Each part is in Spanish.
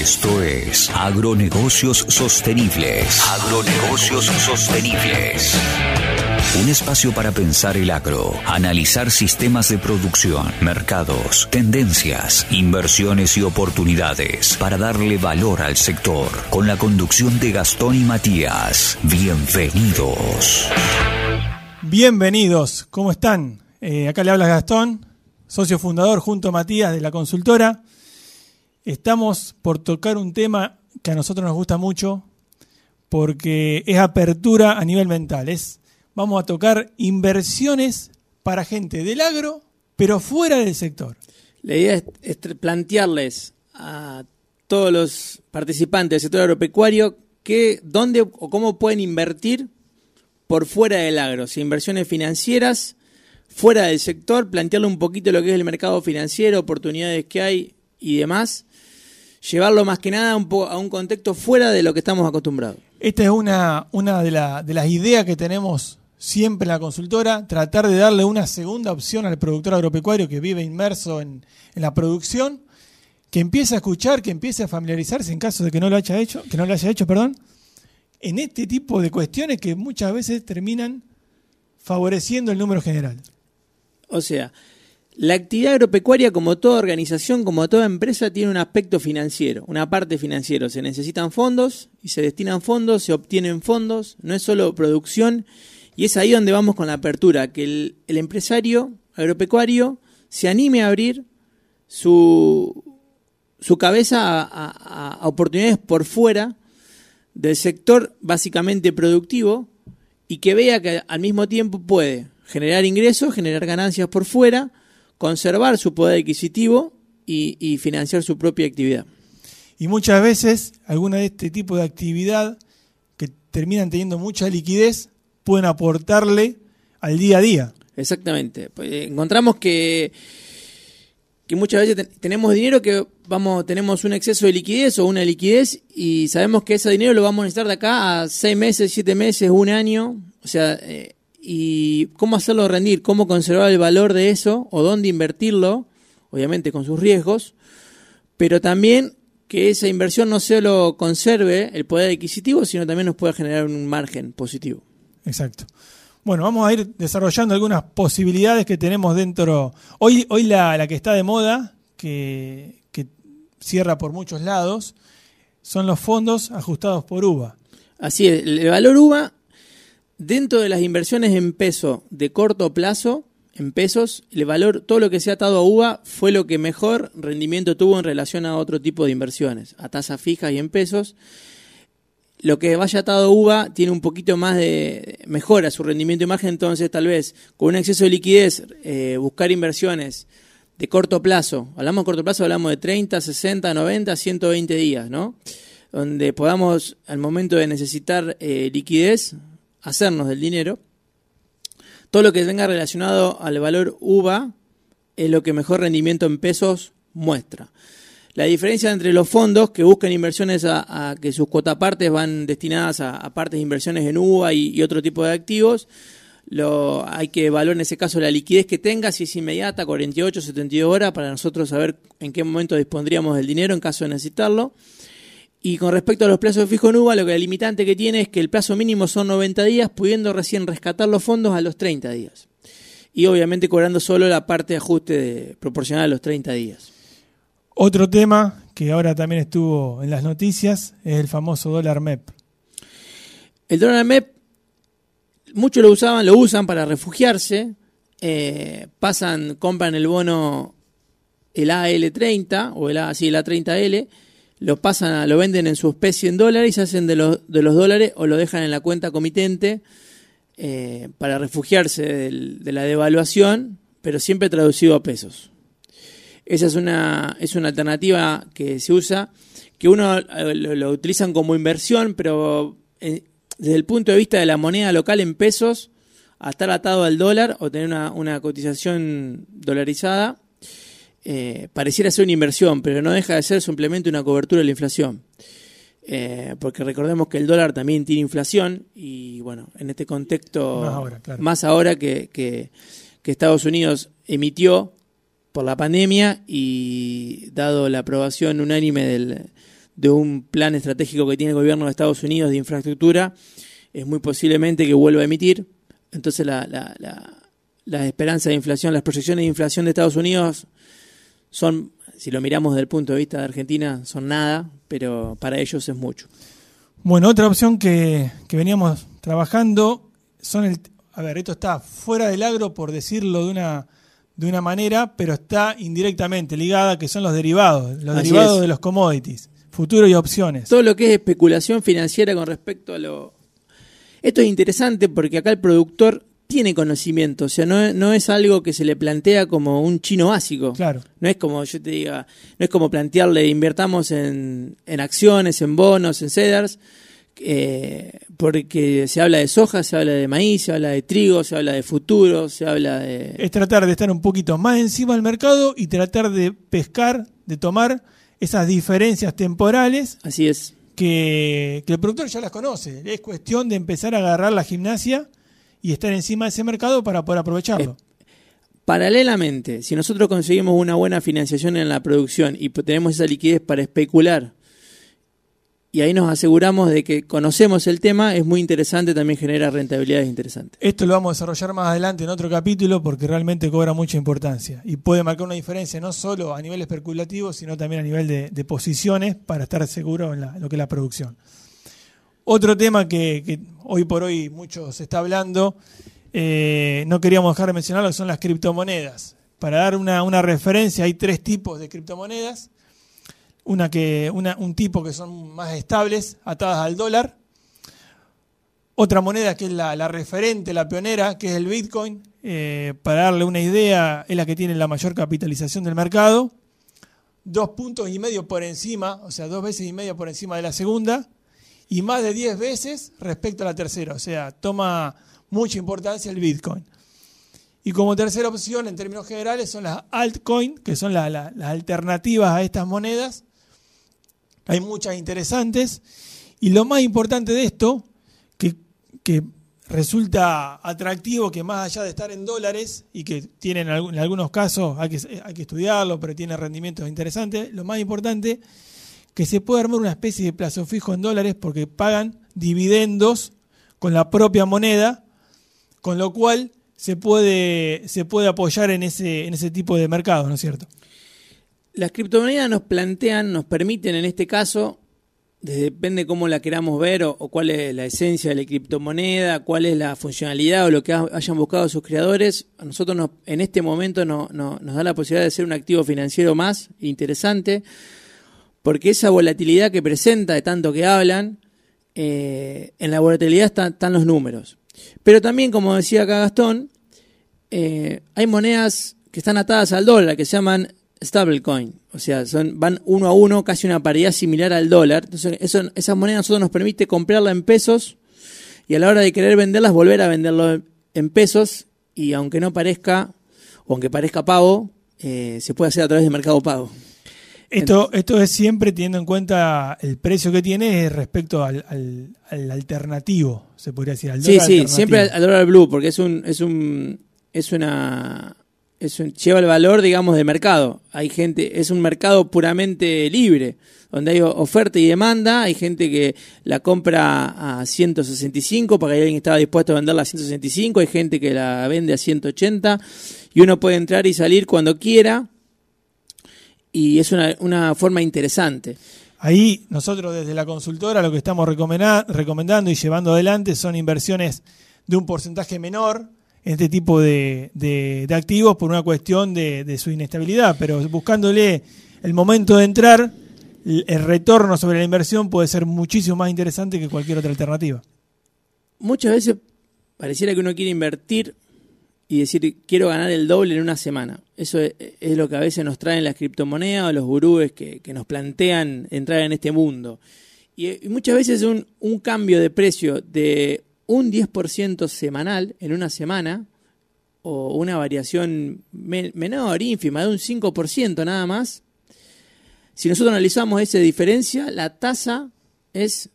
Esto es Agronegocios Sostenibles. Agronegocios Sostenibles. Un espacio para pensar el agro, analizar sistemas de producción, mercados, tendencias, inversiones y oportunidades para darle valor al sector. Con la conducción de Gastón y Matías. Bienvenidos. Bienvenidos, ¿cómo están? Acá le habla Gastón, socio fundador junto a Matías de la consultora. Estamos por tocar un tema que a nosotros nos gusta mucho porque es apertura a nivel mental. Vamos a tocar inversiones para gente del agro, pero fuera del sector. La idea es plantearles a todos los participantes del sector agropecuario dónde o cómo pueden invertir por fuera del agro. Si inversiones financieras fuera del sector, plantearle un poquito lo que es el mercado financiero, oportunidades que hay y demás. Llevarlo más que nada a un contexto fuera de lo que estamos acostumbrados. Esta es una de las ideas que tenemos siempre en la consultora, tratar de darle una segunda opción al productor agropecuario que vive inmerso en la producción, que empiece a escuchar, que empiece a familiarizarse en caso de que no lo haya hecho, en este tipo de cuestiones que muchas veces terminan favoreciendo el número general. O sea, la actividad agropecuaria, como toda organización, como toda empresa, tiene un aspecto financiero, una parte financiera. Se necesitan fondos y se destinan fondos, se obtienen fondos, no es solo producción. Y es ahí donde vamos con la apertura, que el empresario agropecuario se anime a abrir su cabeza a oportunidades por fuera del sector básicamente productivo y que vea que al mismo tiempo puede generar ingresos, generar ganancias por fuera, conservar su poder adquisitivo y financiar su propia actividad. Y muchas veces alguna de este tipo de actividad que terminan teniendo mucha liquidez pueden aportarle al día a día. Exactamente. Pues, encontramos que muchas veces tenemos dinero tenemos un exceso de liquidez o una liquidez y sabemos que ese dinero lo vamos a necesitar de acá a 6 meses, 7 meses, 1 año. O sea, y cómo hacerlo rendir, cómo conservar el valor de eso o dónde invertirlo, obviamente con sus riesgos, pero también que esa inversión no solo conserve el poder adquisitivo, sino también nos pueda generar un margen positivo. Exacto. Bueno, vamos a ir desarrollando algunas posibilidades que tenemos dentro. Hoy la que está de moda, que cierra por muchos lados, son los fondos ajustados por UVA. Así es, el valor UVA, dentro de las inversiones en peso de corto plazo, en pesos, el valor, todo lo que se ha atado a UVA fue lo que mejor rendimiento tuvo en relación a otro tipo de inversiones, a tasas fijas y en pesos. Lo que vaya atado a UVA tiene un poquito más de mejora su rendimiento de imagen, entonces tal vez con un exceso de liquidez buscar inversiones de corto plazo. Hablamos de corto plazo, hablamos de 30, 60, 90, 120 días, ¿no? Donde podamos al momento de necesitar liquidez hacernos del dinero. Todo lo que venga relacionado al valor UVA es lo que mejor rendimiento en pesos muestra. La diferencia entre los fondos que buscan inversiones a que sus cuotapartes van destinadas a partes de inversiones en UVA y otro tipo de activos, hay que evaluar en ese caso la liquidez que tenga, si es inmediata, 48, 72 horas, para nosotros saber en qué momento dispondríamos del dinero en caso de necesitarlo. Y con respecto a los plazos fijos en UVA, el limitante que tiene es que el plazo mínimo son 90 días, pudiendo recién rescatar los fondos a los 30 días. Y obviamente cobrando solo la parte de ajuste proporcional a los 30 días. Otro tema que ahora también estuvo en las noticias es el famoso dólar MEP. El dólar MEP, muchos lo usan para refugiarse, compran el bono, el AL30 o el A30L, lo venden en su especie en dólares y se hacen de los dólares o lo dejan en la cuenta comitente para refugiarse de la devaluación, pero siempre traducido a pesos. Esa es una alternativa que se usa, que uno lo utilizan como inversión, pero desde el punto de vista de la moneda local en pesos, a estar atado al dólar o tener una cotización dolarizada, pareciera ser una inversión, pero no deja de ser simplemente una cobertura de la inflación. Porque recordemos que el dólar también tiene inflación y bueno, en este contexto, más ahora que Estados Unidos emitió por la pandemia y dado la aprobación unánime de un plan estratégico que tiene el gobierno de Estados Unidos de infraestructura, es muy posiblemente que vuelva a emitir. Entonces la esperanza de inflación, las proyecciones de inflación de Estados Unidos son, si lo miramos desde el punto de vista de Argentina, son nada, pero para ellos es mucho. Bueno, otra opción que veníamos trabajando son esto está fuera del agro, por decirlo de una manera, pero está indirectamente ligada, que son los derivados de los commodities, futuro y opciones. Todo lo que es especulación financiera con respecto a lo... Esto es interesante porque acá el productor tiene conocimiento, o sea, no es algo que se le plantea como un chino básico. Claro. No es como, yo te diga, no es como plantearle invertamos en acciones, en bonos, en CEDARs, porque se habla de soja, se habla de maíz, se habla de trigo, se habla de futuro, se habla de... Es tratar de estar un poquito más encima del mercado y tratar de pescar, de tomar esas diferencias temporales. Así es. Que el productor ya las conoce. Es cuestión de empezar a agarrar la gimnasia y estar encima de ese mercado para poder aprovecharlo. Paralelamente, si nosotros conseguimos una buena financiación en la producción y tenemos esa liquidez para especular, y ahí nos aseguramos de que conocemos el tema, es muy interesante, también genera rentabilidades interesantes. Esto lo vamos a desarrollar más adelante en otro capítulo porque realmente cobra mucha importancia y puede marcar una diferencia no solo a nivel especulativo, sino también a nivel de posiciones para estar seguro en lo que es la producción. Otro tema que hoy por hoy mucho se está hablando, no queríamos dejar de mencionarlo, que son las criptomonedas. Para dar una referencia, hay 3 tipos de criptomonedas. Un tipo que son más estables, atadas al dólar. Otra moneda que es la referente, la pionera, que es el Bitcoin. Para darle una idea, es la que tiene la mayor capitalización del mercado. 2,5 puntos por encima, o sea, 2,5 veces por encima de la segunda. Y más de 10 veces respecto a la tercera. O sea, toma mucha importancia el Bitcoin. Y como tercera opción, en términos generales, son las altcoins, que son las alternativas a estas monedas. Hay muchas interesantes. Y lo más importante de esto, que resulta atractivo, que más allá de estar en dólares, y que tienen en algunos casos, hay que estudiarlo, pero tiene rendimientos interesantes, lo más importante, que se puede armar una especie de plazo fijo en dólares porque pagan dividendos con la propia moneda, con lo cual se puede apoyar en ese tipo de mercados, ¿no es cierto? Las criptomonedas nos permiten en este caso, depende cómo la queramos ver o cuál es la esencia de la criptomoneda, cuál es la funcionalidad o lo que hayan buscado sus creadores, a nosotros en este momento nos da la posibilidad de ser un activo financiero más interesante, porque esa volatilidad que presenta, de tanto que hablan, en la volatilidad están los números. Pero también, como decía acá Gastón, hay monedas que están atadas al dólar, que se llaman stablecoin. O sea, van 1 a 1, casi una paridad similar al dólar. Entonces, esas monedas a nosotros nos permite comprarla en pesos y a la hora de querer venderlas, volver a venderlo en pesos. Y aunque no parezca, o aunque parezca pago, se puede hacer a través de Mercado Pago. Esto es siempre teniendo en cuenta el precio que tiene respecto al alternativo, se podría decir, al dólar alternativo. Sí, siempre al dólar blue, porque lleva el valor, digamos, de mercado. Hay gente, es un mercado puramente libre, donde hay oferta y demanda. Hay gente que la compra a 165 porque alguien estaba dispuesto a venderla a 165. Hay gente que la vende a 180 y uno puede entrar y salir cuando quiera. Y es una forma interesante. Ahí nosotros desde la consultora lo que estamos recomendando y llevando adelante son inversiones de un porcentaje menor en este tipo de activos por una cuestión de su inestabilidad, pero buscándole el momento de entrar, el retorno sobre la inversión puede ser muchísimo más interesante que cualquier otra alternativa. Muchas veces pareciera que uno quiere invertir y decir, quiero ganar el doble en una semana. Eso es lo que a veces nos traen las criptomonedas o los gurúes que nos plantean entrar en este mundo. Y muchas veces un cambio de precio de un 10% semanal en una semana, o una variación menor, ínfima, de un 5% nada más, si nosotros analizamos esa diferencia, la tasa es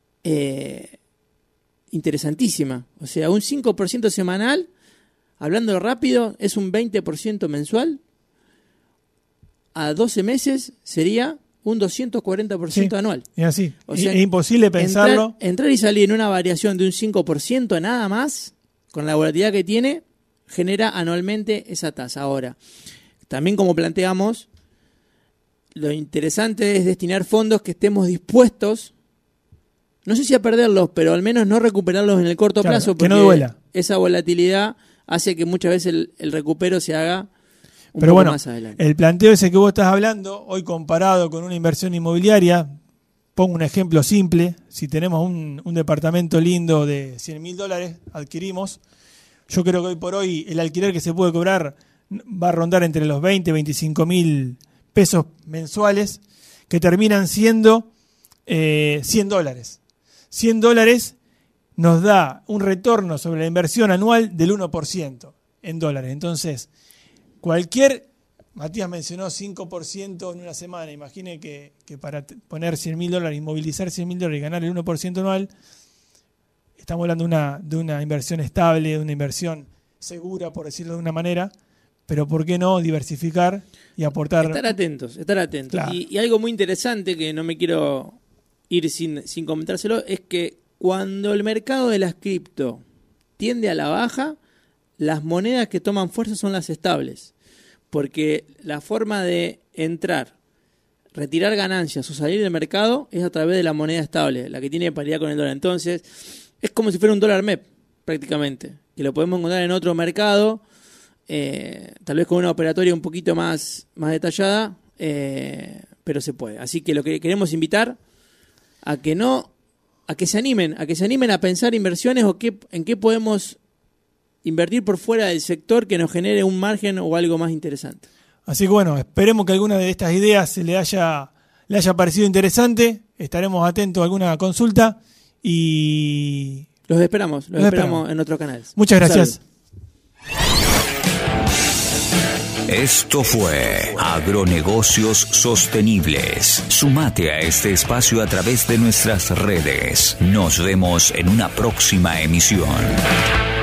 interesantísima. O sea, un 5% semanal, hablando rápido, es un 20% mensual. A 12 meses sería un 240% anual. Es así. O sea, es imposible pensarlo. Entrar y salir en una variación de un 5% nada más, con la volatilidad que tiene, genera anualmente esa tasa. Ahora, también como planteamos, lo interesante es destinar fondos que estemos dispuestos, no sé si a perderlos, pero al menos no recuperarlos en el corto plazo, porque que no duela. Esa volatilidad hace que muchas veces el recupero se haga un pero poco bueno, más adelante. El planteo ese que vos estás hablando, hoy comparado con una inversión inmobiliaria, pongo un ejemplo simple, si tenemos un departamento lindo de $100.000, adquirimos, yo creo que hoy por hoy el alquiler que se puede cobrar va a rondar entre los 20 y 25.000 pesos mensuales, que terminan siendo $100. $100 nos da un retorno sobre la inversión anual del 1% en dólares. Entonces, Matías mencionó 5% en una semana, imagine que para poner $100.000, inmovilizar $100.000 y ganar el 1% anual, estamos hablando de una inversión estable, de una inversión segura, por decirlo de una manera, pero ¿por qué no diversificar y aportar? Estar atentos. Claro. Y algo muy interesante que no me quiero ir sin comentárselo, es que cuando el mercado de las cripto tiende a la baja, las monedas que toman fuerza son las estables, porque la forma de entrar, retirar ganancias o salir del mercado es a través de la moneda estable, la que tiene paridad con el dólar. Entonces, es como si fuera un dólar MEP, prácticamente, que lo podemos encontrar en otro mercado, tal vez con una operatoria un poquito más detallada, pero se puede. Así que lo que queremos invitar a que se animen a pensar inversiones o en qué podemos invertir por fuera del sector que nos genere un margen o algo más interesante. Así que bueno, esperemos que alguna de estas ideas le haya parecido interesante. Estaremos atentos a alguna consulta y los esperamos en otros canales. Muchas gracias. Esto fue Agronegocios Sostenibles. Sumate a este espacio a través de nuestras redes. Nos vemos en una próxima emisión.